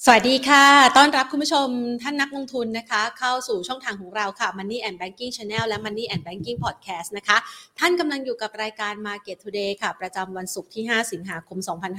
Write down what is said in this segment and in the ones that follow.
สวัสดีค่ะต้อนรับคุณผู้ชมท่านนักลงทุนนะคะเข้าสู่ช่องทางของเราค่ะ Money and Banking Channel และ Money and Banking Podcast นะคะท่านกำลังอยู่กับรายการ Market Today ค่ะประจำวันศุกร์ที่5สิงหาคม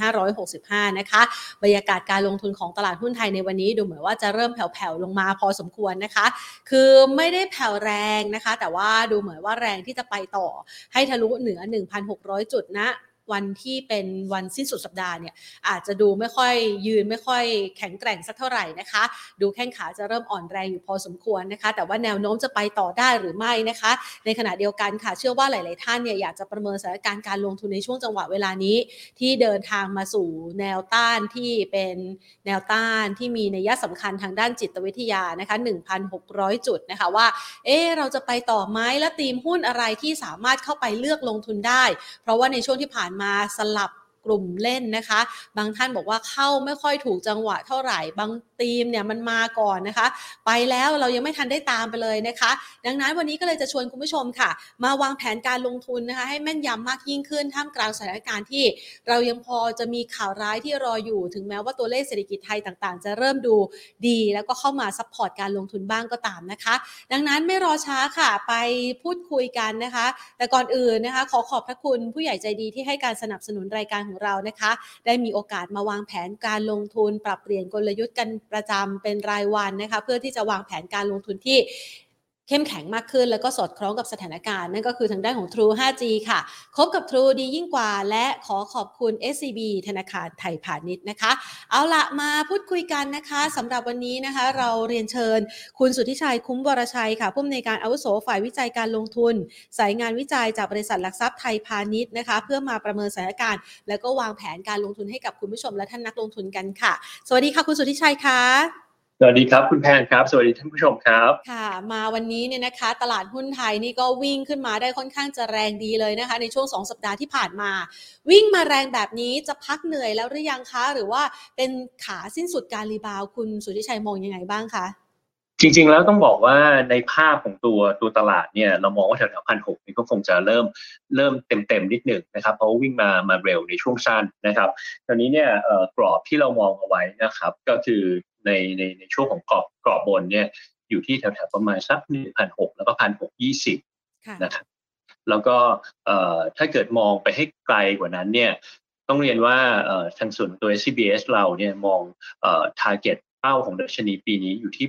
2565นะคะบรรยากาศการลงทุนของตลาดหุ้นไทยในวันนี้ดูเหมือนว่าจะเริ่มแผ่วๆลงมาพอสมควรนะคะคือไม่ได้แผ่วแรงนะคะแต่ว่าดูเหมือนว่าแรงที่จะไปต่อให้ทะลุเหนือ 1,600 จุดนะวันที่เป็นวันสิ้นสุดสัปดาห์เนี่ยอาจจะดูไม่ค่อยยืนไม่ค่อยแข็งแกร่งสักเท่าไหร่นะคะดูแข้งขาจะเริ่มอ่อนแรงอยู่พอสมควรนะคะแต่ว่าแนวโน้มจะไปต่อได้หรือไม่นะคะในขณะเดียวกันค่ะเชื่อว่าหลายๆท่านเนี่ยอยากจะประเมินสถานการณ์การลงทุนในช่วงจังหวะเวลานี้ที่เดินทางมาสู่แนวต้านที่เป็นแนวต้านที่มีนัยสำคัญทางด้านจิตวิทยานะคะ 1,600 จุดนะคะว่าเราจะไปต่อไหมและธีมหุ้นอะไรที่สามารถเข้าไปเลือกลงทุนได้เพราะว่าในช่วงที่ผ่านมาสลับกลุ่มเล่นนะคะบางท่านบอกว่าเข้าไม่ค่อยถูกจังหวะเท่าไหร่บางธีมเนี่ยมันมาก่อนนะคะไปแล้วเรายังไม่ทันได้ตามไปเลยนะคะดังนั้นวันนี้ก็เลยจะชวนคุณผู้ชมค่ะมาวางแผนการลงทุนนะคะให้แม่นยำมากยิ่งขึ้นท่ามกลางสถานการณ์ที่เรายังพอจะมีข่าวร้ายที่รออยู่ถึงแม้ว่าตัวเลขเศรษฐกิจไทยต่างๆจะเริ่มดูดีแล้วก็เข้ามาซัพพอร์ตการลงทุนบ้างก็ตามนะคะดังนั้นไม่รอช้าค่ะไปพูดคุยกันนะคะแต่ก่อนอื่นนะคะขอบพระคุณผู้ใหญ่ใจดีที่ให้การสนับสนุนรายการของเรานะคะได้มีโอกาสมาวางแผนการลงทุนปรับเปลี่ยนกลยุทธ์กันประจำเป็นรายวันนะคะเพื่อที่จะวางแผนการลงทุนที่เข้มแข็งมากขึ้นแล้วก็สอดคล้องกับสถานการณ์นั่นก็คือทางด้านของ True 5G ค่ะคบกับ True ดียิ่งกว่าและขอขอบคุณ SCB ธนาคารไทยพาณิชย์นะคะเอาละมาพูดคุยกันนะคะสำหรับวันนี้นะคะเราเรียนเชิญคุณสุทธิชัยคุ้มวรชัยค่ะผู้อำนวยการอาวุโสฝ่ายวิจัยการลงทุนสายงานวิจัยจากบริษัทหลักทรัพย์ไทยพาณิชย์นะคะเพื่อมาประเมินสถานการณ์แล้วก็วางแผนการลงทุนให้กับคุณผู้ชมและท่านนักลงทุนกันค่ะสวัสดีค่ะคุณสุทธิชัยค่ะสวัสดีครับคุณแพนครับสวัสดีท่านผู้ชมครับค่ะมาวันนี้เนี่ยนะคะตลาดหุ้นไทยนี่ก็วิ่งขึ้นมาได้ค่อนข้างจะแรงดีเลยนะคะในช่วง2สัปดาห์ที่ผ่านมาวิ่งมาแรงแบบนี้จะพักเหนื่อยแล้วหรือยังคะหรือว่าเป็นขาสิ้นสุดการรีบาวคุณสุทธิชัยมองยังไงบ้างคะจริงๆแล้วต้องบอกว่าในภาพของตัวตลาดเนี่ยเรามองว่าแถวๆ1,600นี่ก็คงจะเริ่มเต็มนิดหนึ่งนะครับเพราะว่าวิ่งมาเร็วในช่วงสั้นนะครับตอนนี้เนี่ยกรอบที่เรามองเอาไว้นะครับก็คือในช่วงของกรอบบนเนี่ยอยู่ที่แถวๆประมาณสัก 1,600 แล้วก็ 1,620 นะครับแล้วก็ถ้าเกิดมองไปให้ไกลกว่านั้นเนี่ยต้องเรียนว่าทางส่วนตัว SCBS เราเนี่ยมองtarget เป้าของดัชนีปีนี้อยู่ที่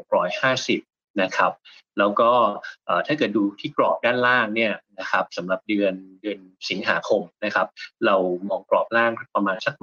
1,650 นะครับแล้วก็ถ้าเกิดดูที่กรอบด้านล่างเนี่ยนะครับสำหรับเดือนสิงหาคมนะครับเรามองกรอบล่างประมาณสัก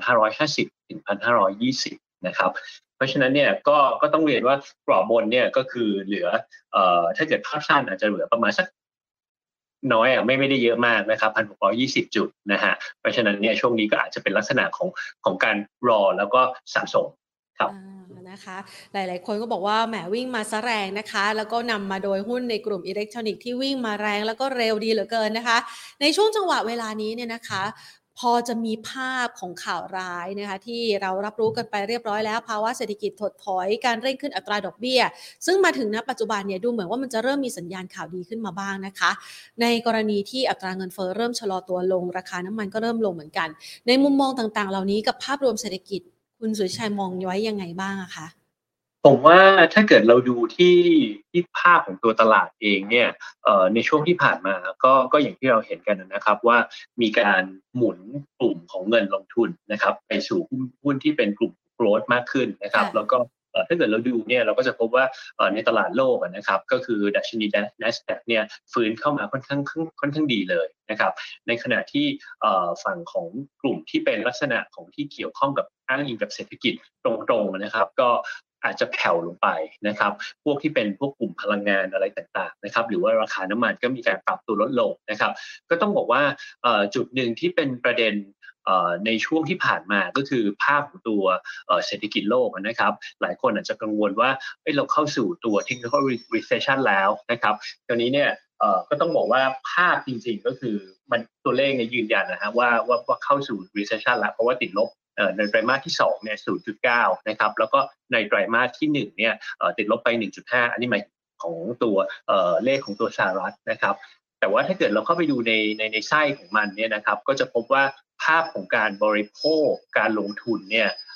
1,550 ถึง 1,520 นะครับเพราะฉะนั้นเนี่ยก็ต้องเรียนว่ากรอบบนเนี่ยก็คือเหลือถ้าเกิดภาพสั้นอาจจะเหลือประมาณสักน้อยไม่ได้เยอะมากนะครับ1,620 จุดนะฮะเพราะฉะนั้นเนี่ยช่วงนี้ก็อาจจะเป็นลักษณะของการรอแล้วก็สะสมครับนะคะหลายๆคนก็บอกว่าแหมวิ่งมาซะแรงนะคะแล้วก็นำมาโดยหุ้นในกลุ่มอิเล็กทรอนิกส์ที่วิ่งมาแรงแล้วก็เร็วดีเหลือเกินนะคะในช่วงจังหวะเวลานี้เนี่ยนะคะพอจะมีภาพของข่าวร้ายนะคะที่เรารับรู้กันไปเรียบร้อยแล้วภาวะเศรษฐกิจถดถอยการเร่งขึ้นอัตราดอกเบี้ยซึ่งมาถึงณปัจจุบันเนี่ยดูเหมือนว่ามันจะเริ่มมีสัญญาณข่าวดีขึ้นมาบ้างนะคะในกรณีที่อัตราเงินเฟ้อเริ่มชะลอตัวลงราคาน้ำมันก็เริ่มลงเหมือนกันในมุมมองต่างๆเหล่านี้กับภาพรวมเศรษฐกิจคุณสุทธิชัยมองไว้ยังไงบ้างอะคะผมว่าถ้าเกิดเราดูที่ภาพของตัวตลาดเองเนี่ยในช่วงที่ผ่านมาก็อย่างที่เราเห็นกันนะครับว่ามีการหมุนกลุ่มของเงินลงทุนนะครับไปสู่หุ้นที่เป็นกลุ่ม growth มากขึ้นนะครับแล้วก็ถ้าเกิดเราดูเนี่ยเราก็จะพบว่าในตลาดโลกนะครับก็คือดัชนี NASDAQ เนี่ยฟื้นเข้ามาค่อนข้างดีเลยนะครับในขณะที่ฝั่งของกลุ่มที่เป็นลักษณะของที่เกี่ยวข้องกับอ้างอิงกับเศรษฐกิจตรงๆนะครับก็อาจจะแผ่วลงไปนะครับพวกที่เป็นพวกกลุ่มพลังงานอะไรต่างๆนะครับหรือว่าราคาน้ำมันก็มีการปรับตัวลดลงนะครับก็ต้องบอกว่าจุดหนึ่งที่เป็นประเด็นในช่วงที่ผ่านมาก็คือภาพของตัวเศรษฐกิจโลกนะครับหลายคนอาจจะกังวลว่าเราเข้าสู่ตัว technical recession แล้วนะครับตอนนี้เนี่ยก็ต้องบอกว่าภาพจริงๆก็คือมันตัวเลขเนี่ยยืนยันนะฮะว่าเข้าสู่ recession แล้วเพราะว่าติดลบในไตรมาสที่2เนี่ย 0.9 นะครับแล้วก็ในไตรมาสที่1เนี่ยติดลบไป 1.5 อันนี้หมายของตัวเลขของตัวสหรัฐนะครับแต่ว่าถ้าเกิดเราเข้าไปดูในไส้ของมันเนี่ยนะครับก็จะพบว่าภาพของการบริโภคการลงทุนเนี่ย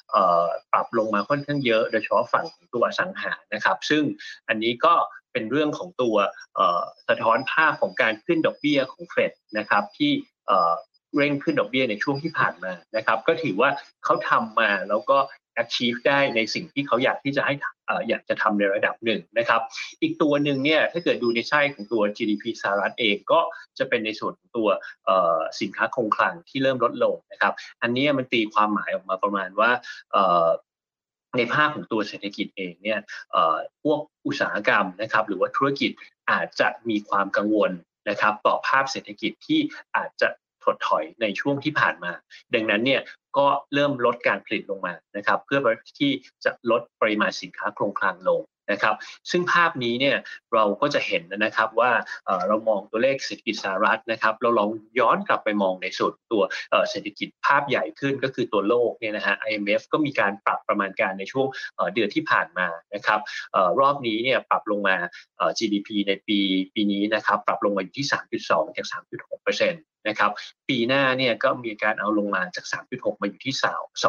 ปรับลงมาค่อนข้างเยอะโดยเฉพาะฝั่งของตัวอสังหานะครับซึ่งอันนี้ก็เป็นเรื่องของตัวสะท้อนภาพของการขึ้นดอกเบี้ยของเฟดนะครับที่เร่งขึ้นดอกเบี้ยในช่วงที่ผ่านมานะครับก็ถือว่าเขาทำมาแล้วก็ achieve ได้ในสิ่งที่เขาอยากที่จะให้อยากจะทำในระดับหนึ่งนะครับอีกตัวหนึ่งเนี่ยถ้าเกิดดูในไส้ของตัว GDP สหรัฐเองก็จะเป็นในส่วนของตัวสินค้าคงคลังที่เริ่มลดลงนะครับอันนี้มันตีความหมายออกมาประมาณว่าในภาพของตัวเศรษฐกิจเองเนี่ยพวกอุตสาหกรรมนะครับหรือว่าธุรกิจอาจจะมีความกังวลนะครับต่อภาพเศรษฐกิจที่อาจจะถดถอยในช่วงที่ผ่านมาดังนั้นเนี่ยก็เริ่มลดการผลิตลงมานะครับเพื่อที่จะลดปริมาณสินค้าคงคลังลงนะครับซึ่งภาพนี้เนี่ยเราก็จะเห็นนะครับว่าเรามองตัวเลขเศรษฐกิจสหรัฐนะครับเราลองย้อนกลับไปมองในส่วนตัวเศรษฐกิจภาพใหญ่ขึ้นก็คือตัวโลกเนี่ยนะฮะ IMF ก็มีการปรับประมาณการในช่วงเดือนที่ผ่านมานะครับรอบนี้เนี่ยปรับลงมาGDP ในปีนี้นะครับปรับลงมาอยู่ที่ 3.2 จาก 3.6% นะครับปีหน้าเนี่ยก็มีการเอาลงมาจาก 3.6 มาอยู่ที่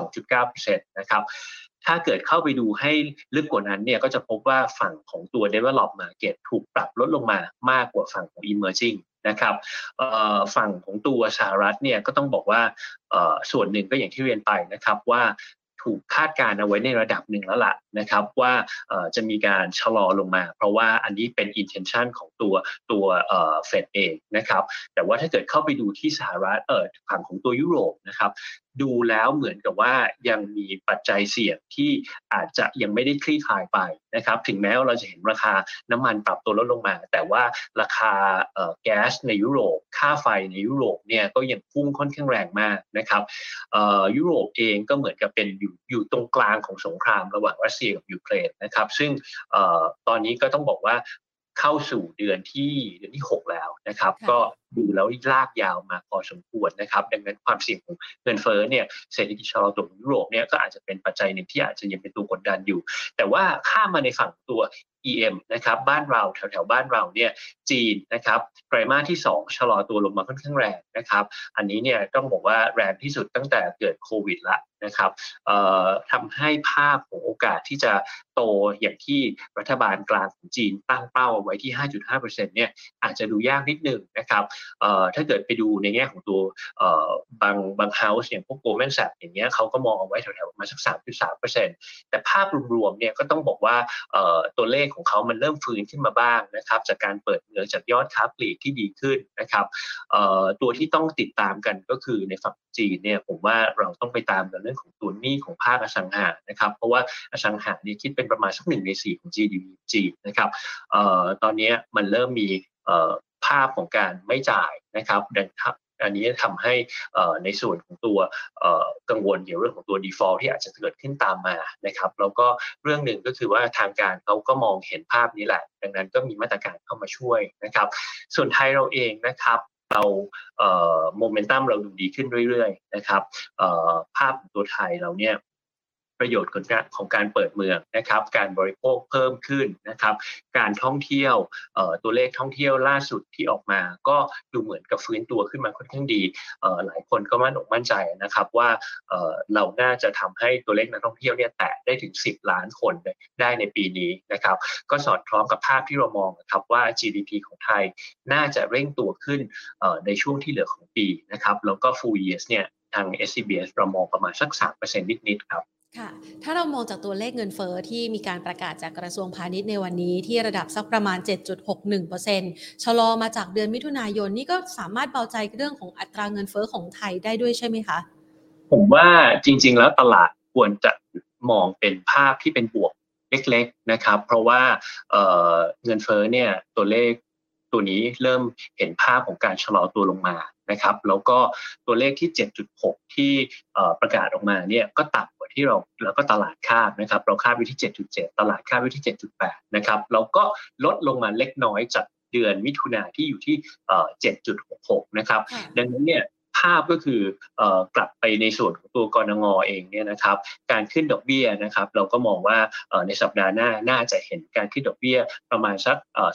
2.9% นะครับถ้าเกิดเข้าไปดูให้ลึกกว่านั้นเนี่ยก็จะพบว่าฝั่งของตัว develop market ถูกปรับลดลงมามากกว่าฝั่งของ emerging นะครับฝั่งของตัวสหรัฐเนี่ยก็ต้องบอกว่าส่วนหนึ่งก็อย่างที่เรียนไปนะครับว่าถูกคาดการณ์เอาไว้ในระดับหนึ่งแล้วล่ะนะครับว่าจะมีการชะลอลงมาเพราะว่าอันนี้เป็น intention ของตัวเฟดเองนะครับแต่ว่าถ้าเกิดเข้าไปดูที่สหรัฐฝั่งของตัวยุโรปนะครับดูแล้วเหมือนกับว่ายังมีปัจจัยเสี่ยงที่อาจจะยังไม่ได้คลี่คลายไปนะครับถึงแม้ว่าเราจะเห็นราคาน้ำมันปรับตัวลดลงมาแต่ว่าราคาแก๊สในยุโรปค่าไฟในยุโรปเนี่ยก็ยังพุ่งค่อนข้างแรงมากนะครับยุโรปเองก็เหมือนกับเป็นอยู่ตรงกลางของสงครามระหว่างรัสเซียกับยูเครนนะครับซึ่งตอนนี้ก็ต้องบอกว่าเข้าสู่เดือนที่6แล้วนะครับก็ดูแล้วลากยาวมาพอสมควรนะครับดังนั้นความเสี่ยงของเงินเฟ้อเนี่ยเศรษฐกิจชะลอตัวของยุโรปเนี่ยก็อาจจะเป็นปัจจัยหนึ่งที่อาจจะยังเป็นตัวกดดันอยู่แต่ว่าข้ามมาในฝั่งตัว EM นะครับบ้านเราแถวบ้านเราเนี่ยจีนนะครับไตรมาสที่2ชะลอตัวลงมาค่อนข้างแรงนะครับอันนี้เนี่ยต้องบอกว่าแรงที่สุดตั้งแต่เกิดโควิดละนะครับทำให้ภาพของโอกาสที่จะโตอย่างที่รัฐบาลกลางของจีนตั้งเป้าไว้ที่ 5.5% เนี่ยอาจจะดูยากนิดนึงนะครับถ้าเกิดไปดูในแง่ของตัวบางเฮาส์อย่างพวก Goldman Sachs อย่างเงี้ยเขาก็มองเอาไว้แถวๆประมาณสัก 3.3% แต่ภาพรวมๆเนี่ยก็ต้องบอกว่าตัวเลขของเขามันเริ่มฟื้นขึ้นมาบ้างนะครับจากการเปิดเมืองจากยอดค้าปลีกที่ดีขึ้นนะครับตัวที่ต้องติดตามกันก็คือในฝั่งจีนเนี่ยผมว่าเราต้องไปตามกันเรื่องของตัวหนี้ของภาคอสังหานะครับเพราะว่าอสังหาเนี่ยคิดเป็นประมาณสัก1 ใน 4ของ GDP จีนนะครับตอนนี้มันเริ่มมีภาพของการไม่จ่ายนะครับอันนี้ทำให้ในส่วนของตัวกังวลเกี่ยวเรื่องของตัว default ที่อาจจะเกิดขึ้นตามมานะครับแล้วก็เรื่องหนึ่งก็คือว่าทางการเขาก็มองเห็นภาพนี้แหละดังนั้นก็มีมาตรการเข้ามาช่วยนะครับส่วนไทยเราเองนะครับเราโมเมนตัมเราดูดีขึ้นเรื่อยๆนะครับภาพของตัวไทยเราเนี่ยประโยชน์ของการเปิดเมืองนะครับการบริโภคเพิ่มขึ้นนะครับการท่องเที่ยวตัวเลขท่องเที่ยวล่าสุดที่ออกมาก็ดูเหมือนกับฟื้นตัวขึ้นมาค่อนข้างดีหลายคนก็มั่นใจนะครับว่าเราน่าจะทำให้ตัวเลขนักท่องเที่ยวเนี่ยแตะได้ถึง10 ล้านคนได้ในปีนี้นะครับก็สอดคล้องกับภาพที่เรามองนะครับว่า GDP ของไทยน่าจะเร่งตัวขึ้นในช่วงที่เหลือของปีนะครับแล้วก็ full year เนี่ยทาง SCBS เรามองประมาณสัก 3% นิดๆครับค่ะถ้าเรามองจากตัวเลขเงินเฟ้อที่มีการประกาศจากกระทรวงพาณิชย์ในวันนี้ที่ระดับสักประมาณ 7.61% ชะลอมาจากเดือนมิถุนายนนี่ก็สามารถเบาใจเรื่องของอัตราเงินเฟ้อของไทยได้ด้วยใช่ไหมคะผมว่าจริงๆแล้วตลาดควรจะมองเป็นภาพที่เป็นบวกเล็กๆนะครับเพราะว่าเงินเฟ้อเนี่ยตัวเลขตัวนี้เริ่มเห็นภาพของการชะลอตัวลงมานะครับแล้วก็ตัวเลขที่ 7.6 ที่ประกาศออกมาเนี่ยก็ต่ำกว่าที่เราแล้วก็ตลาดคาดนะครับเราคาดไว้ที่ 7.7 ตลาดคาดไว้ที่ 7.8 นะครับแล้วก็ลดลงมาเล็กน้อยจากเดือนมิถุนายนที่อยู่ที่7.66 นะครับดังนั้นเนี่ยภาพก็คือกลับไปในส่วนของตัวกนง.เองเนี่ยนะครับการขึ้นดอกเบี้ยนะครับเราก็มองว่าในสัปดาห์หน้าน่าจะเห็นการขึ้นดอกเบี้ยประมาณสัก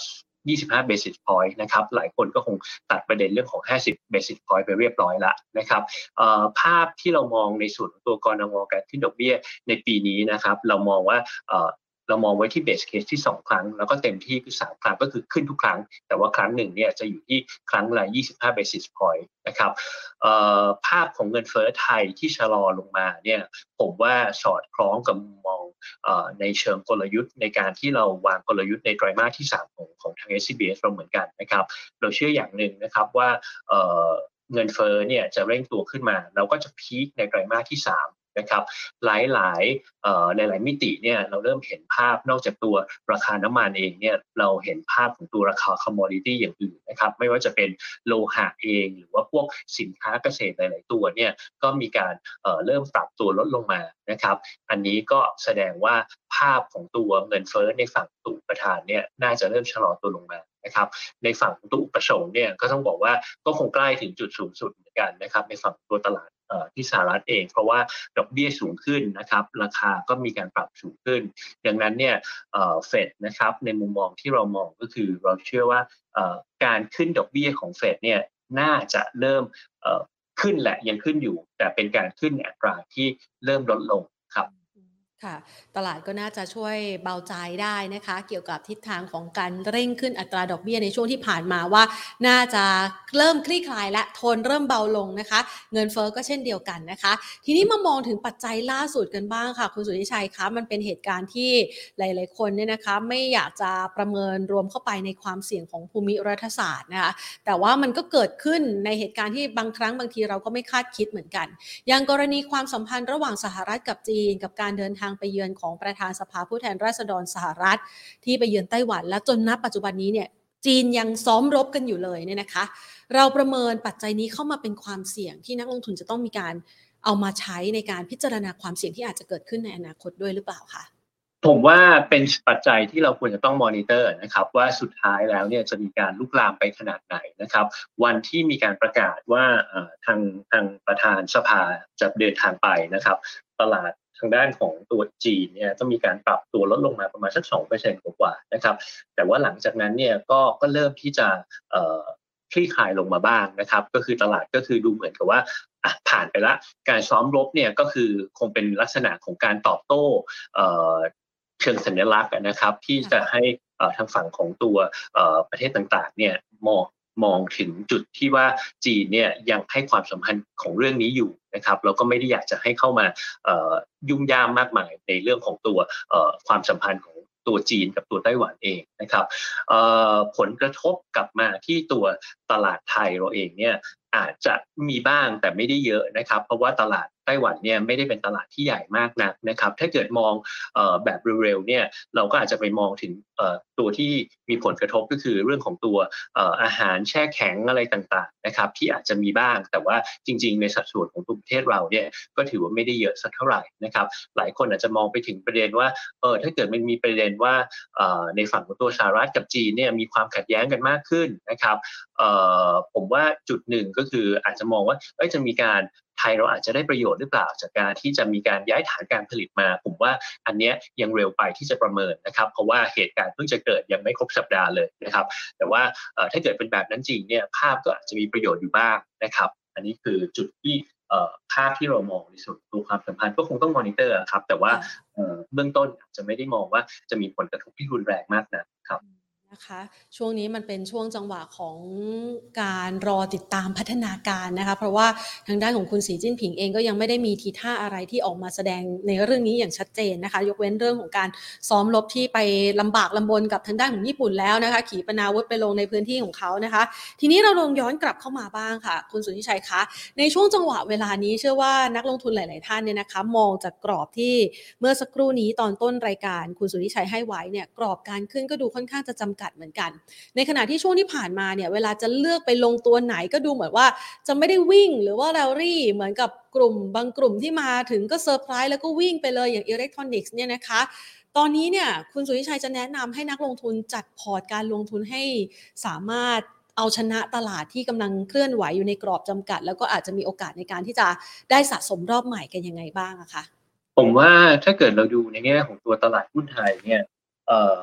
25 basis point นะครับหลายคนก็คงตัดประเด็นเรื่องของ50 basis point ไปเรียบร้อยละนะครับภาพที่เรามองในส่วนของตัวกนง.การขึ้นดอกเบี้ยในปีนี้นะครับเรามองว่าเรามองไว้ที่เบสเคสที่2ครั้งแล้วก็เต็มที่คือ3ครั้งก็คือขึ้นทุกครั้งแต่ว่าครั้งหนึ่งเนี่ยจะอยู่ที่ครั้งละ25 basis point นะครับภาพของเงินเฟ้อไทยที่ชะลอลงมาเนี่ยผมว่าสอดคล้องกับมุมมองในเชิงกลยุทธ์ในการที่เราวางกลยุทธ์ในไตรมาสที่3ของทาง SCBS เราเหมือนกันนะครับเราเชื่ออย่างหนึ่งนะครับว่าเงินเฟ้อเนี่ยจะเร่งตัวขึ้นมาเราก็จะพีคในไตรมาสที่3นะครับหลายมิติเนี่ยเราเริ่มเห็นภาพนอกจากตัวราคาน้ำมันเองเนี่ยเราเห็นภาพของตัวราคาคอมโมดิตี้อย่างอื่นนะครับไม่ว่าจะเป็นโลหะเองหรือว่าพวกสินค้าเกษตรหลายๆตัวเนี่ยก็มีการเริ่มปรับตัวลดลงมานะครับอันนี้ก็แสดงว่าภาพของตัวเงินเฟ้อในฝั่งตัวอุปทานเนี่ยน่าจะเริ่มชะลอตัวลงมานะครับในฝั่งของตัวอุปสงค์เนี่ยก็ต้องบอกว่าก็คงใกล้ถึงจุดสูงสุดเหมือนกันนะครับในฝั่งตัวตลาดที่สหรัฐเองเพราะว่าดอกเบี้ยสูงขึ้นนะครับราคาก็มีการปรับสูงขึ้นดังนั้นเนี่ยเฟดนะครับในมุมมองที่เรามองก็คือเราเชื่อว่าการขึ้นดอกเบี้ยของเฟดเนี่ยน่าจะเริ่มขึ้นแหละยังขึ้นอยู่แต่เป็นการขึ้นอัตราที่เริ่มลดลงครับค่ะตลาดก็น่าจะช่วยเบาใจได้นะคะเกี่ยวกับทิศทางของการเร่งขึ้นอัตราดอกเบี้ยในช่วงที่ผ่านมาว่าน่าจะเริ่มคลี่คลายและโทนเริ่มเบาลงนะคะเงินเฟ้อก็เช่นเดียวกันนะคะทีนี้มามองถึงปัจจัยล่าสุดกันบ้างค่ะคุณสุทธิชัยคะมันเป็นเหตุการณ์ที่หลายๆคนเนี่ยนะคะไม่อยากจะประเมินรวมเข้าไปในความเสี่ยงของภูมิรัฐศาสตร์นะคะแต่ว่ามันก็เกิดขึ้นในเหตุการณ์ที่บางครั้งบางทีเราก็ไม่คาดคิดเหมือนกันอย่างกรณีความสัมพันธ์ระหว่างสหรัฐกับจีนกับการเดินทางไปเยือนของประธานสภาผู้แทนราษฎรสหรัฐที่ไปเยือนไต้หวันและจนณปัจจุบันนี้เนี่ยจีนยังซ้อมรบกันอยู่เลยเนี่ยนะคะเราประเมินปัจจัยนี้เข้ามาเป็นความเสี่ยงที่นักลงทุนจะต้องมีการเอามาใช้ในการพิจารณาความเสี่ยงที่อาจจะเกิดขึ้นในอนาคตด้วยหรือเปล่าคะผมว่าเป็นปัจจัยที่เราควรจะต้องมอนิเตอร์นะครับว่าสุดท้ายแล้วเนี่ยจะมีการลุกลามไปขนาดไหนนะครับวันที่มีการประกาศว่าทางประธานสภาจะเดินทางไปนะครับตลาดทางด้านของตัวจีนเนี่ยก็มีการปรับตัวลดลงมาประมาณสัก 2% กว่าๆนะครับแต่ว่าหลังจากนั้นเนี่ยก็เริ่มที่จะคลี่คลายลงมาบ้างนะครับก็คือตลาดก็คือดูเหมือนกับว่าผ่านไปละการซ้อมรบเนี่ยก็คือคงเป็นลักษณะของการตอบโต้เชิงสัญลักษณ์นะครับที่จะให้ทางฝั่งของตัวประเทศต่างๆเนี่ยมองถึงจุดที่ว่าจีนเนี่ยยังให้ความสำคัญของเรื่องนี้อยู่นะครับแล้วก็ไม่ได้อยากจะให้เข้ามายุ่งยากมากมายในเรื่องของตัวความสัมพันธ์ของตัวจีนกับตัวไต้หวันเองนะครับผลกระทบกลับมาที่ตัวตลาดไทยเราเองเนี่ยอาจจะมีบ้างแต่ไม่ได้เยอะนะครับเพราะว่าตลาดไต้หวันเนี่ยไม่ได้เป็นตลาดที่ใหญ่มากนักนะครับถ้าเกิดมองแบบเร็วๆเนี่ยเราก็อาจจะไปมองถึงตัวที่มีผลกระทบก็คือเรื่องของตัวอาหารแช่แข็งอะไรต่างๆนะครับที่อาจจะมีบ้างแต่ว่าจริงๆในสัดส่วนของประเทศเราเนี่ยก็ถือว่าไม่ได้เยอะสักเท่าไหร่นะครับหลายคนอาจจะมองไปถึงประเด็นว่าถ้าเกิดมันมีประเด็นว่าในฝั่งของตัวสหรัฐกับจีนเนี่ยมีความขัดแย้งกันมากขึ้นนะครับผมว่าจุดหนึ่งก็คืออาจจะมองว่าจะมีการไทยเราอาจจะได้ประโยชน์หรือเปล่าจากการที่จะมีการย้ายฐานการผลิตมาผมว่าอันนี้ยังเร็วไปที่จะประเมินนะครับเพราะว่าเหตุการณ์เพิ่งจะเกิดยังไม่ครบสัปดาห์เลยนะครับแต่ว่าถ้าเกิดเป็นแบบนั้นจริงเนี่ยภาพก็อาจจะมีประโยชน์อยู่บ้างนะครับอันนี้คือจุดที่ภาพที่เรามองในส่วนตัวความสัมพันธ์ก็คงต้องมอนิเตอร์ครับแต่ว่าเบื้องต้นอาจจะไม่ได้มองว่าจะมีผลกระทบที่รุนแรงมากนะครับนะคะช่วงนี้มันเป็นช่วงจังหวะของการรอติดตามพัฒนาการนะคะเพราะว่าทางด้านของคุณสีจิ้นผิงเองก็ยังไม่ได้มีทีท่าอะไรที่ออกมาแสดงในเรื่องนี้อย่างชัดเจนนะคะยกเว้นเรื่องของการซ้อมรบที่ไปลำบากลำบนกับทางด้านของญี่ปุ่นแล้วนะคะขีปนาวุธไปลงในพื้นที่ของเขานะคะทีนี้เราลองย้อนกลับเข้ามาบ้างค่ะคุณสุทธิชัยคะในช่วงจังหวะเวลานี้เชื่อว่านักลงทุนหลายๆท่านเนี่ยนะคะมองจากกรอบที่เมื่อสักครู่นี้ตอนต้นรายการคุณสุทธิชัยให้ไว้เนี่ยกรอบการขึ้นก็ดูค่อนข้างจะจำกัดเหมือนกันในขณะที่ช่วงที่ผ่านมาเนี่ยเวลาจะเลือกไปลงตัวไหนก็ดูเหมือนว่าจะไม่ได้วิ่งหรือว่าแรลลี่เหมือนกับกลุ่มบางกลุ่มที่มาถึงก็เซอร์ไพรส์แล้วก็วิ่งไปเลยอย่างอิเล็กทรอนิกส์เนี่ยนะคะตอนนี้เนี่ยคุณสุทธิชัยจะแนะนำให้นักลงทุนจัดพอร์ตการลงทุนให้สามารถเอาชนะตลาดที่กำลังเคลื่อนไหวอยู่ในกรอบจำกัดแล้วก็อาจจะมีโอกาสในการที่จะได้สะสมรอบใหม่กันยังไงบ้างอะคะผมว่าถ้าเกิดเราดูในแง่ของตัวตลาดหุ้นไทยเนี่ย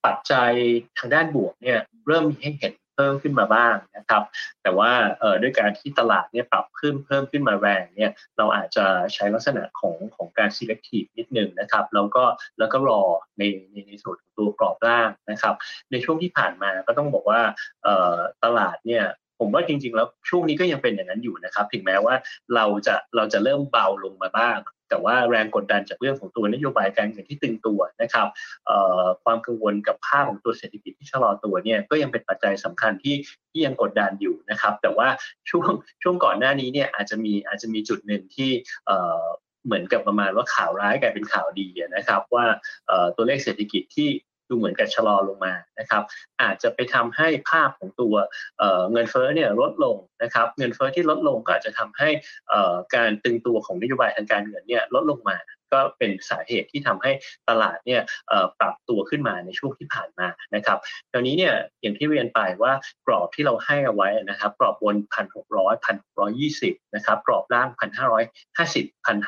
ปัจจัยทางด้านบวกเนี่ยเริ่มมีให้เห็นเพิ่มขึ้นมาบ้างนะครับแต่ว่าด้วยการที่ตลาดเนี่ยปรับขึ้นเพิ่มขึ้นมาแรงเนี่ยเราอาจจะใช้ลักษณะของการ selective นิดนึงนะครับแล้วก็รอในส่วนของตัวกรอบล่างนะครับในช่วงที่ผ่านมาก็ต้องบอกว่าตลาดเนี่ยผมว่าจริงๆแล้วช่วงนี้ก็ยังเป็นอย่างนั้นอยู่นะครับถึงแม้ว่าเราจะเริ่มเบาลงมาบ้างแต่ว่าแรงกดดันจากเรื่องของตัวนโยบายการเงินที่ตึงตัวนะครับความกังวลกับภาพของตัวเศรษฐกิจที่ชะลอตัวเนี่ยก็ยังเป็นปัจจัยสำคัญที่ยังกดดันอยู่นะครับแต่ว่าช่วงก่อนหน้านี้เนี่ยอาจจะมีจุดหนึ่งที่เหมือนกับประมาณว่าข่าวร้ายกลายเป็นข่าวดีนะครับว่าตัวเลขเศรษฐกิจที่ดูเหมือนกับชะลอลงมานะครับอาจจะไปทำให้ภาพของตัวเงินเฟ้อเนี่ยลดลงนะครับเงินเฟ้อที่ลดลงก็อาจจะทำให้การตึงตัวของนโยบายทางการเงินเนี่ยลดลงมาก็เป็นสาเหตุที่ทำให้ตลาดเนี่ยปรับตัวขึ้นมาในช่วงที่ผ่านมานะครับตอนนี้เนี่ยอย่างที่เรียนไปว่ากรอบที่เราให้เอาไว้นะครับกรอบบน 1,600 1,620 นะครับกรอบล่าง 1,550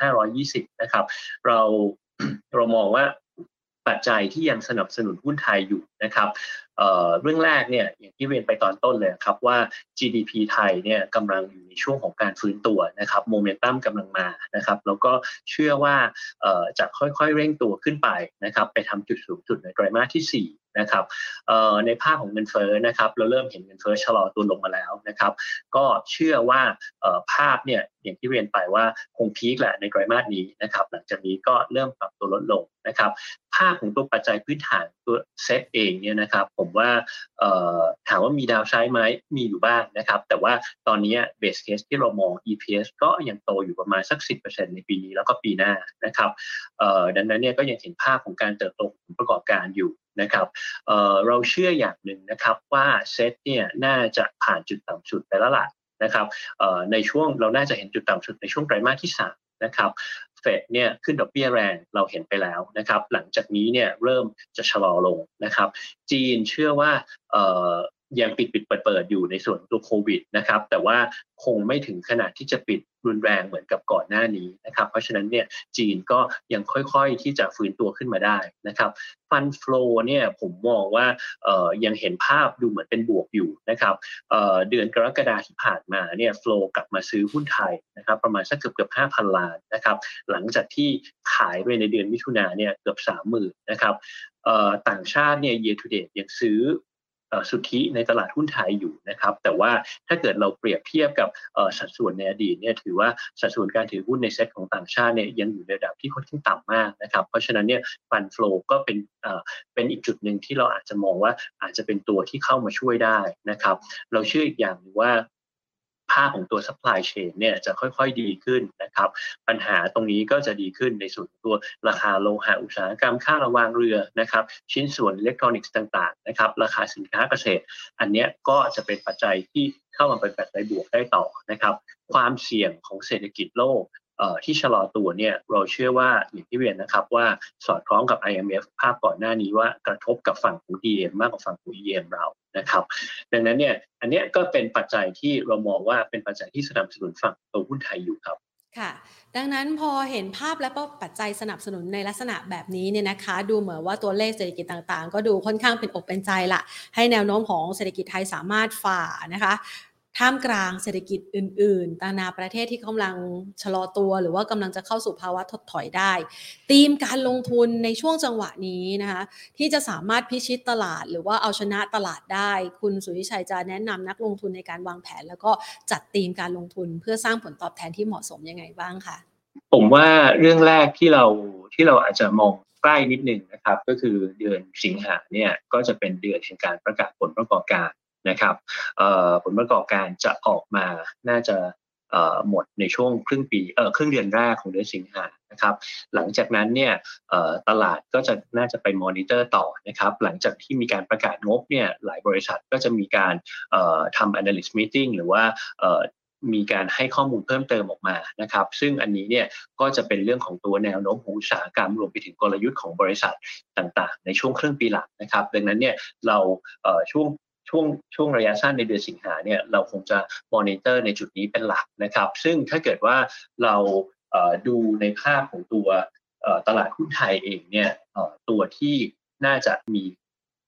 1,520 นะครับเรามองว่าปัจจัยที่ยังสนับสนุนหุ้นไทยอยู่นะครับเรื่องแรกเนี่ยอย่างที่เรียนไปตอนต้นเลยครับว่า GDP ไทยเนี่ยกำลังอยู่ในช่วงของการฟื้นตัวนะครับโมเมนตัมกำลังมานะครับแล้วก็เชื่อว่าจะค่อยๆเร่งตัวขึ้นไปนะครับไปทำจุดสูงสุดในไตรมาสที่4นะครับในภาพของเงินเฟ้อนะครับเราเริ่มเห็นเงินเฟ้อชะลอตัวลงมาแล้วนะครับก็เชื่อว่าภาพเนี่ยอย่างที่เรียนไปว่าคงพีคแหละในไตรมาสนี้นะครับหลังจากนี้ก็เริ่มปรับตัวลดลงนะครับภาพของตัวปัจจัยพื้นฐานตัวเซตเองเนี่ยนะครับผมว่าถามว่ามีดาวไซด์ไหมมีอยู่บ้างนะครับแต่ว่าตอนนี้เบสเคสที่เรามอง EPS ก็ยังโตอยู่ประมาณสัก 10% ในปีนี้แล้วก็ปีหน้านะครับดังนั้นเนี่ยก็ยังเห็นภาพของการเติบโตของผลประกอบการอยู่นะครับเราเชื่ออย่างหนึ่งนะครับว่าเซตเนี่ยน่าจะผ่านจุดต่ำสุดไปแล้วล่ะนะครับในช่วงเราน่าจะเห็นจุดต่ำสุดในช่วงไตรมาสที่3นะครับเฟดเนี่ยขึ้นดอกเบี้ยแรงเราเห็นไปแล้วนะครับหลังจากนี้เนี่ยเริ่มจะชะลอลงนะครับจีนเชื่อว่ายังปิดเปิดอยู่ในส่วนตัวโควิดนะครับแต่ว่าคงไม่ถึงขนาดที่จะปิดรุนแรงเหมือนกับก่อนหน้านี้นะครับเพราะฉะนั้นเนี่ยจีนก็ยังค่อยๆที่จะฟื้นตัวขึ้นมาได้นะครับฟันโฟลเนี่ยผมมองว่ายังเห็นภาพดูเหมือนเป็นบวกอยู่นะครับเดือนกรกฎาคมที่ผ่านมาเนี่ยโฟลกลับมาซื้อหุ้นไทยนะครับประมาณสักเกือบ 5,000 ล้านนะครับหลังจากที่ขายไปในเดือนมิถุนายนเนี่ยเกือบ 30,000 นะครับต่างชาติเนี่ย year to date ยังซื้อสุทธิในตลาดหุ้นไทยอยู่นะครับแต่ว่าถ้าเกิดเราเปรียบเทียบกับสัดส่วนในอดีตเนี่ยถือว่าสัดส่วนการถือหุ้นในเซ็ตของต่างชาติเนี่ยยังอยู่ในระดับที่ค่อนข้างต่ำมากนะครับเพราะฉะนั้นเนี่ยฟันโฟลก็เป็นอีกจุดหนึ่งที่เราอาจจะมองว่าอาจจะเป็นตัวที่เข้ามาช่วยได้นะครับเราเชื่ออีกอย่างนึงว่าภาพของตัว supply chain เนี่ยจะค่อยๆดีขึ้นนะครับปัญหาตรงนี้ก็จะดีขึ้นในส่วนตัวราคาโลหะอุตสาหกรรมค่าระวางเรือนะครับชิ้นส่วนอิเล็กทรอนิกส์ต่างๆนะครับราคาสินค้าเกษตรอันนี้ก็จะเป็นปัจจัยที่เข้ามาเป็นปัจจัยบวกได้ต่อนะครับความเสี่ยงของเศรษฐกิจโลกที่ชะลอตัวเนี่ยเราเชื่อว่าอย่างที่เรียนนะครับว่าสอดคล้องกับ IMF ภาพก่อนหน้านี้ว่ากระทบกับฝั่งของ DM มากกว่าฝั่งของ EM เรานะครับดังนั้นเนี่ยอันนี้ก็เป็นปัจจัยที่เรามองว่าเป็นปัจจัยที่สนับสนุนฝั่งตัวหุ้นไทยอยู่ครับค่ะดังนั้นพอเห็นภาพและปัจจัยสนับสนุนในลักษณะแบบนี้เนี่ยนะคะดูเหมือนว่าตัวเลขเศรษฐกิจต่างๆก็ดูค่อนข้างเป็นอกเป็นใจละให้แนวโน้มของเศรษฐกิจไทยสามารถฝ่านะคะท่ามกลางเศรษฐกิจอื่นๆนานาประเทศที่กำลังชะลอตัวหรือว่ากำลังจะเข้าสู่ภาวะถดถอยได้ธีมการลงทุนในช่วงจังหวะนี้นะคะที่จะสามารถพิชิตตลาดหรือว่าเอาชนะตลาดได้คุณสุวิชัยจะแนะนำนักลงทุนในการวางแผนแล้วก็จัดธีมการลงทุนเพื่อสร้างผลตอบแทนที่เหมาะสมยังไงบ้างคะผมว่าเรื่องแรกที่เราอาจจะมองใกล้นิดนึงนะครับก็คือเดือนสิงหาเนี่ยก็จะเป็นเดือนแห่งการประกาศผลประกอบการนะครับผลประกอบการจะออกมาน่าจะหมดในช่วงครึ่งเดือนแรกของเดือนสิงหานะครับหลังจากนั้นเนี่ยตลาดก็จะน่าจะไปมอนิเตอร์ต่อนะครับหลังจากที่มีการประกาศงบเนี่ยหลายบริษัทก็จะมีการทำ analyst meeting หรือว่ามีการให้ข้อมูลเพิ่มเติมออกมานะครับซึ่งอันนี้เนี่ยก็จะเป็นเรื่องของตัวแนวโน้มของอุตสาหกรรมรวมไปถึงกลยุทธ์ของบริษัทต่างๆในช่วงครึ่งปีหลังนะครับดังนั้นเนี่ยเราช่วงระยะสั้นในเดือนสิงหาเนี่ยเราคงจะมอนิเตอร์ในจุดนี้เป็นหลักนะครับซึ่งถ้าเกิดว่าเราดูในภาพของตัวตลาดหุ้นไทยเองเนี่ยตัวที่น่าจะมี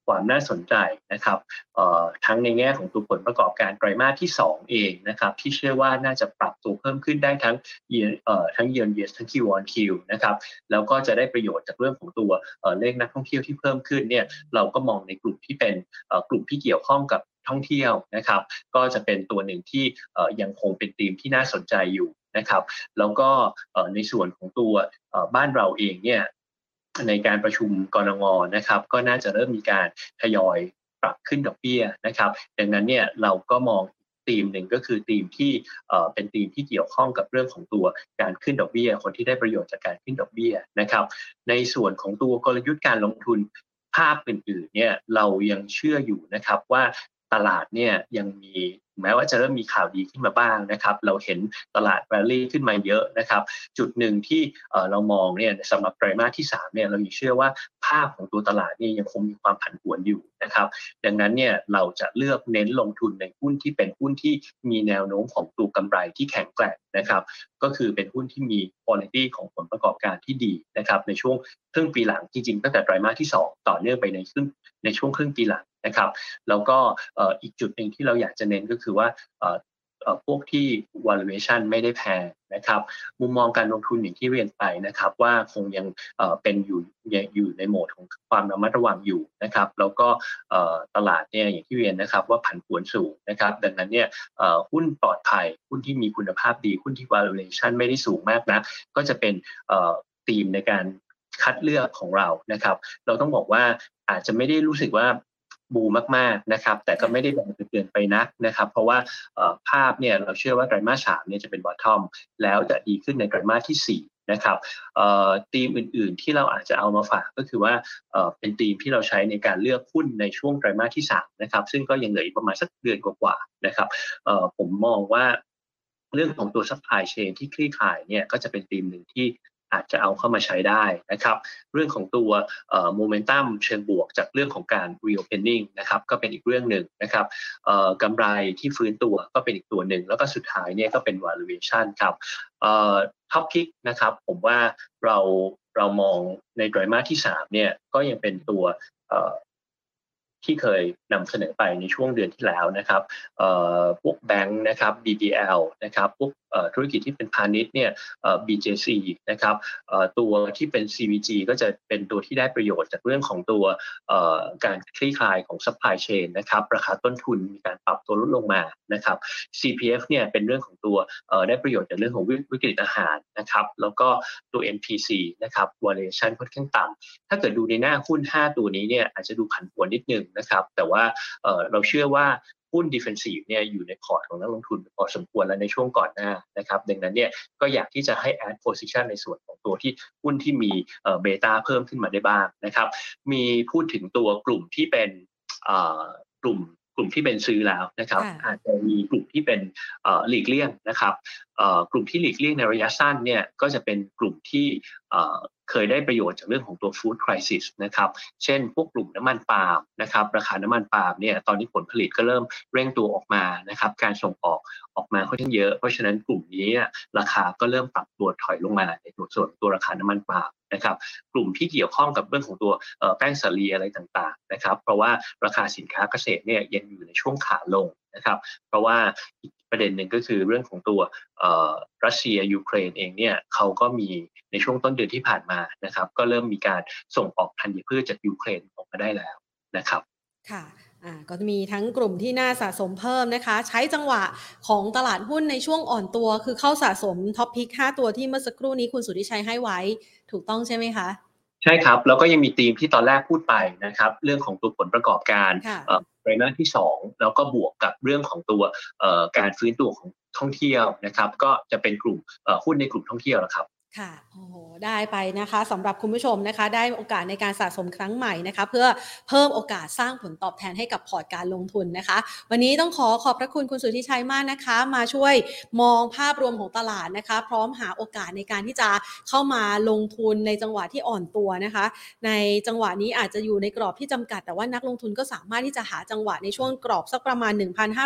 ความน่าสนใจนะครับทั้งในแง่ของตัวผลประกอบการไตรมาสที่2เองนะครับที่เชื่อว่าน่าจะปรับตัวเพิ่มขึ้นได้ทั้งทั้ง year on year ทั้ง Q on Q นะครับแล้วก็จะได้ประโยชน์จากเรื่องของตัวเลขนักท่องเที่ยวที่เพิ่มขึ้นเนี่ยเราก็มองในกลุ่มที่เป็นกลุ่มที่เกี่ยวข้องกับท่องเที่ยวนะครับก็จะเป็นตัวหนึ่งที่ยังคงเป็นธีมที่น่าสนใจอยู่นะครับแล้วก็ในส่วนของตัวบ้านเราเองเนี่ยในการประชุมกนง.นะครับก็น่าจะเริ่มมีการทยอยปรับขึ้นดอกเบี้ยนะครับดังนั้นเนี่ยเราก็มองธีมหนึ่งก็คือธีมที่เป็นธีมที่เกี่ยวข้องกับเรื่องของตัวการขึ้นดอกเบี้ยคนที่ได้ประโยชน์จากการขึ้นดอกเบี้ยนะครับในส่วนของตัวกลยุทธ์การลงทุนภาพอื่นๆเนี่ยเรายังเชื่ออยู่นะครับว่าตลาดเนี่ยยังมีแม้ว่าจะเริ่มมีข่าวดีขึ้นมาบ้างนะครับเราเห็นตลาดแรลลี่ขึ้นมาเยอะนะครับจุดหนึ่งที่เรามองเนี่ยสำหรับไตรมาสที่3เนี่ยเรายังเชื่อว่าภาพของตัวตลาดเนี่ยยังคงมีความผันผวนอยู่นะครับดังนั้นเนี่ยเราจะเลือกเน้นลงทุนในหุ้นที่เป็นหุ้นที่มีแนวโน้มของตัวกำไรที่แข็งแกร่งนะครับก็คือเป็นหุ้นที่มี quality ของผลประกอบการที่ดีนะครับในช่วงครึ่งปีหลังจริงๆตั้งแต่ไตรมาสที่2ต่อเนื่องไปในช่วงครึ่งปีหลังนะครับแล้วก็อีกจุดหนึ่งที่เราอยากจะเน้นก็คือว่าพวกที่ valuation ไม่ได้แพงนะครับมุมมองการลงทุนอย่างที่เรียนไปนะครับว่าคงยังเป็นอยู่ในโหมดของความระมัดระวังอยู่นะครับแล้วก็ตลาดเนี่ยอย่างที่เรียนนะครับว่าผันผวนสูงนะครับดังนั้นเนี่ยหุ้นปลอดภัยหุ้นที่มีคุณภาพดีหุ้นที่ valuation ไม่ได้สูงมากนะก็จะเป็นธีมในการคัดเลือกของเรานะครับเราต้องบอกว่าอาจจะไม่ได้รู้สึกว่าบูมากๆนะครับแต่ก็ไม่ได้แรงเกินไปนักนะครับเพราะว่าภาพเนี่ยเราเชื่อว่าไตรมาส3เนี่ยจะเป็น bottom แล้วจะดีขึ้นในไตรมาสที่4นะครับธีมอื่นๆที่เราอาจจะเอามาฝากก็คือว่าเป็นธีมที่เราใช้ในการเลือกหุ้นในช่วงไตรมาสที่3นะครับซึ่งก็ยังเหลืออีกประมาณสักเดือนกว่าๆนะครับผมมองว่าเรื่องของตัว supply chain ที่คลี่คลายเนี่ยก็จะเป็นธีมหนึ่งที่อาจจะเอาเข้ามาใช้ได้นะครับเรื่องของตัวโมเมนตัมเชิงบวกจากเรื่องของการ reopening นะครับก็เป็นอีกเรื่องหนึ่งนะครับกำไรที่ฟื้นตัวก็เป็นอีกตัวหนึ่งแล้วก็สุดท้ายเนี่ยก็เป็น valuation ครับtop pick นะครับผมว่าเรามองในไตรมาสที่3เนี่ยก็ยังเป็นตัวที่เคยนำเสนอไปในช่วงเดือนที่แล้วนะครับพวกแบงค์นะครับ BBL นะครับพวกธุรกิจที่เป็นพาณิชย์เนี่ยBJC นะครับตัวที่เป็น CVG ก็จะเป็นตัวที่ได้ประโยชน์จากเรื่องของตัวการคลี่คลายของ supply chain นะครับราคาต้นทุนมีการปรับตัวลดลงมานะครับ CPF เนี่ยเป็นเรื่องของตัวได้ประโยชน์จากเรื่องของวิกฤตอาหารนะครับแล้วก็ตัว NPC นะครับ valuation ค่อนข้างต่ำถ้าเกิดดูในหน้าหุ้น5ตัวนี้เนี่ยอาจจะดูผันผวนนิดนึงนะครับแต่ว่าเราเชื่อว่าหุ้น defensive เนี่ยอยู่ในพอร์ตของนักลงทุนพอสมควรแล้วในช่วงก่อนหน้านะครับดังนั้นเนี่ยก็อยากที่จะให้ add position ในส่วนของตัวที่หุ้นที่มีเบต้าเพิ่มขึ้นมาได้บ้างนะครับมีพูดถึงตัวกลุ่มที่เป็นกลุ่มที่เป็นซื้อแล้วนะครับอาจจะมีกลุ่มที่เป็นหลีกเลี่ยงนะครับกลุ่มที่หลีกเลี่ยงในระยะสั้นเนี่ยก็จะเป็นกลุ่มที่เคยได้ประโยชน์จากเรื่องของตัว food crisis นะครับเช่นพวกกลุ่มน้ำมันปาล์มนะครับราคาน้ำมันปาล์มเนี่ยตอนนี้ผลผลิตก็เริ่มเร่งตัวออกมานะครับการส่งออกมาค่อนข้างเยอะเพราะฉะนั้นกลุ่มนี้ราคาก็เริ่มปรับตัวถอยลงมาในส่วนตัวราคาน้ำมันปาล์มนะครับกลุ่มที่เกี่ยวข้องกับเรื่องของตัวแป้งสาลีอะไรต่างๆนะครับเพราะว่าราคาสินค้าเกษตรเนี่ยยังอยู่ในช่วงขาลงนะครับเพราะว่าอีกประเด็นหนึ่งก็คือเรื่องของตัวรัสเซียยูเครนเองเนี่ยเขาก็มีในช่วงต้นเดือนที่ผ่านมานะครับก็เริ่มมีการส่งออกธัญพืชจากยูเครนออกมาได้แล้วนะครับค่ะก็จะมีทั้งกลุ่มที่น่าสะสมเพิ่มนะคะใช้จังหวะของตลาดหุ้นในช่วงอ่อนตัวคือเข้าสะสมท็อปพิก5ตัวที่เมื่อสักครู่นี้คุณสุทธิชัยให้ไว้ถูกต้องใช่ไหมคะใช่ครับแล้วก็ยังมีธีมที่ตอนแรกพูดไปนะครับเรื่องของตัวผลประกอบการไตรมาสที่2แล้วก็บวกกับเรื่องของตัวการฟื้นตัวของท่องเที่ยวนะครับก็จะเป็นกลุ่มหุ้นในกลุ่มท่องเที่ยวนะครับค่ะโอ้โหได้ไปนะคะสำหรับคุณผู้ชมนะคะได้โอกาสในการสะสมครั้งใหม่นะคะเพื่อเพิ่มโอกาสสร้างผลตอบแทนให้กับพอร์ตการลงทุนนะคะวันนี้ต้องขอบพระคุณคุณสุทธิชัยมากนะคะมาช่วยมองภาพรวมของตลาดนะคะพร้อมหาโอกาสในการที่จะเข้ามาลงทุนในจังหวะที่อ่อนตัวนะคะในจังหวะนี้อาจจะอยู่ในกรอบที่จำกัดแต่ว่านักลงทุนก็สามารถที่จะหาจังหวะในช่วงกรอบสักประมาณ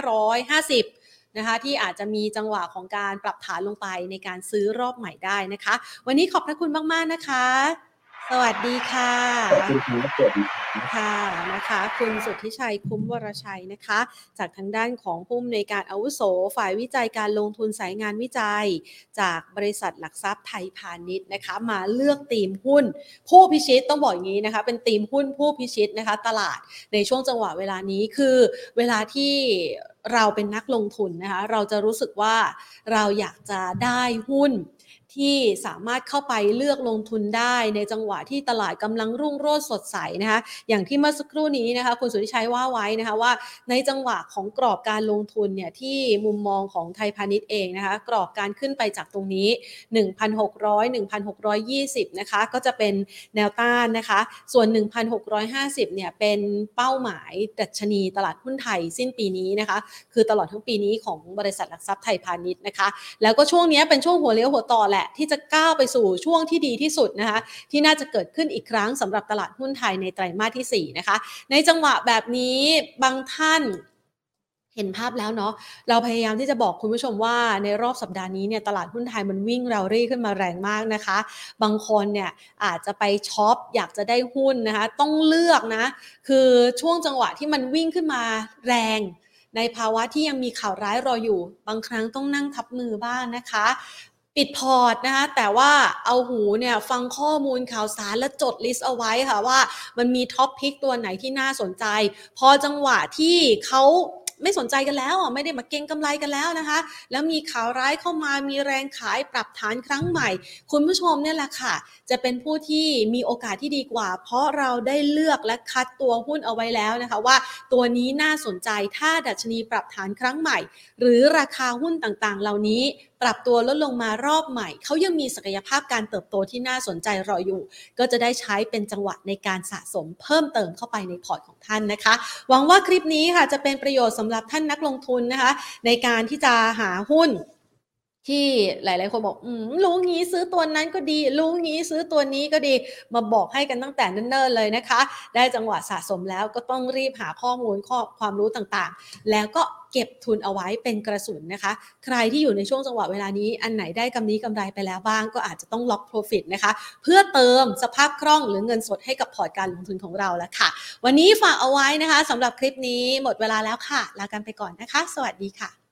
1,550นะคะที่อาจจะมีจังหวะของการปรับฐานลงไปในการซื้อรอบใหม่ได้นะคะวันนี้ขอบพระคุณมากๆนะคะสวัสดีค่ะขอบคุณคุณสวัสดีค่ะนะคะคุณสุทธิชัยคุ้มวรชัยนะคะจากทางด้านของผู้อำนวยการอาวุโสฝ่ายวิจัยการลงทุนสายงานวิจัยจากบริษัทหลักทรัพย์ไทยพาณิชย์นะคะมาเลือกธีมหุ้นผู้พิชิตต้องบอกอย่างนี้นะคะเป็นธีมหุ้นผู้พิชิตนะคะตลาดในช่วงจังหวะเวลานี้คือเวลาที่เราเป็นนักลงทุนนะคะเราจะรู้สึกว่าเราอยากจะได้หุ้นที่สามารถเข้าไปเลือกลงทุนได้ในจังหวะที่ตลาดกำลังรุ่งโรจน์สดใสนะคะอย่างที่เมื่อสักครู่นี้นะคะคุณสุทธิชัยว่าไว้นะคะว่าในจังหวะของกรอบการลงทุนเนี่ยที่มุมมองของไทยพาณิชย์เองนะคะกรอบการขึ้นไปจากตรงนี้ 1,600 1,620 นะคะก็จะเป็นแนวต้านนะคะส่วน 1,650 เนี่ยเป็นเป้าหมายดัชนีตลาดหุ้นไทยสิ้นปีนี้นะคะคือตลอดทั้งปีนี้ของบริษัทหลักทรัพย์ไทยพาณิชย์นะคะแล้วก็ช่วงนี้เป็นช่วงหัวเลี้ยวหัวต่อแหละที่จะก้าวไปสู่ช่วงที่ดีที่สุดนะคะที่น่าจะเกิดขึ้นอีกครั้งสำหรับตลาดหุ้นไทยในไตรมาสที่4นะคะในจังหวะแบบนี้บางท่านเห็นภาพแล้วเนาะเราพยายามที่จะบอกคุณผู้ชมว่าในรอบสัปดาห์นี้เนี่ยตลาดหุ้นไทยมันวิ่งเรารี่ขึ้นมาแรงมากนะคะบางคนเนี่ยอาจจะไปช็อปอยากจะได้หุ้นนะคะต้องเลือกนะคือช่วงจังหวะที่มันวิ่งขึ้นมาแรงในภาวะที่ยังมีข่าวร้ายรออยู่บางครั้งต้องนั่งทับมือบ้างนะคะปิดพอร์ตนะคะแต่ว่าเอาหูเนี่ยฟังข้อมูลข่าวสารและจดลิสต์เอาไว้ค่ะว่ามันมีท็อปพิกตัวไหนที่น่าสนใจพอจังหวะที่เขาไม่สนใจกันแล้วไม่ได้มาเก็งกำไรกันแล้วนะคะแล้วมีข่าวร้ายเข้ามามีแรงขายปรับฐานครั้งใหม่คุณผู้ชมเนี่ยแหละค่ะจะเป็นผู้ที่มีโอกาสที่ดีกว่าเพราะเราได้เลือกและคัดตัวหุ้นเอาไว้แล้วนะคะว่าตัวนี้น่าสนใจถ้าดัชนีปรับฐานครั้งใหม่หรือราคาหุ้นต่างๆเหล่านี้ปรับตัวลดลงมารอบใหม่เขายังมีศักยภาพการเติบโตที่น่าสนใจรออยู่ก็จะได้ใช้เป็นจังหวะในการสะสมเพิ่มเติมเข้าไปในพอร์ตของท่านนะคะหวังว่าคลิปนี้ค่ะจะเป็นประโยชน์สำหรับท่านนักลงทุนนะคะในการที่จะหาหุ้นที่หลายๆคนบอกรู้งี้ซื้อตัวนั้นก็ดีรู้งี้ซื้อตัวนี้ก็ดีมาบอกให้กันตั้งแต่เนิ่นๆเลยนะคะได้จังหวะสะสมแล้วก็ต้องรีบหาข้อมูลความรู้ต่างๆแล้วก็เก็บทุนเอาไว้เป็นกระสุนนะคะใครที่อยู่ในช่วงจังหวะเวลานี้อันไหนได้กำไรไปแล้วบ้างก็อาจจะต้องล็อก profit นะคะเพื่อเติมสภาพคล่องหรือเงินสดให้กับพอร์ตการลงทุนของเราแล้วค่ะวันนี้ฝากเอาไว้นะคะสำหรับคลิปนี้หมดเวลาแล้วค่ะลากันไปก่อนนะคะสวัสดีค่ะ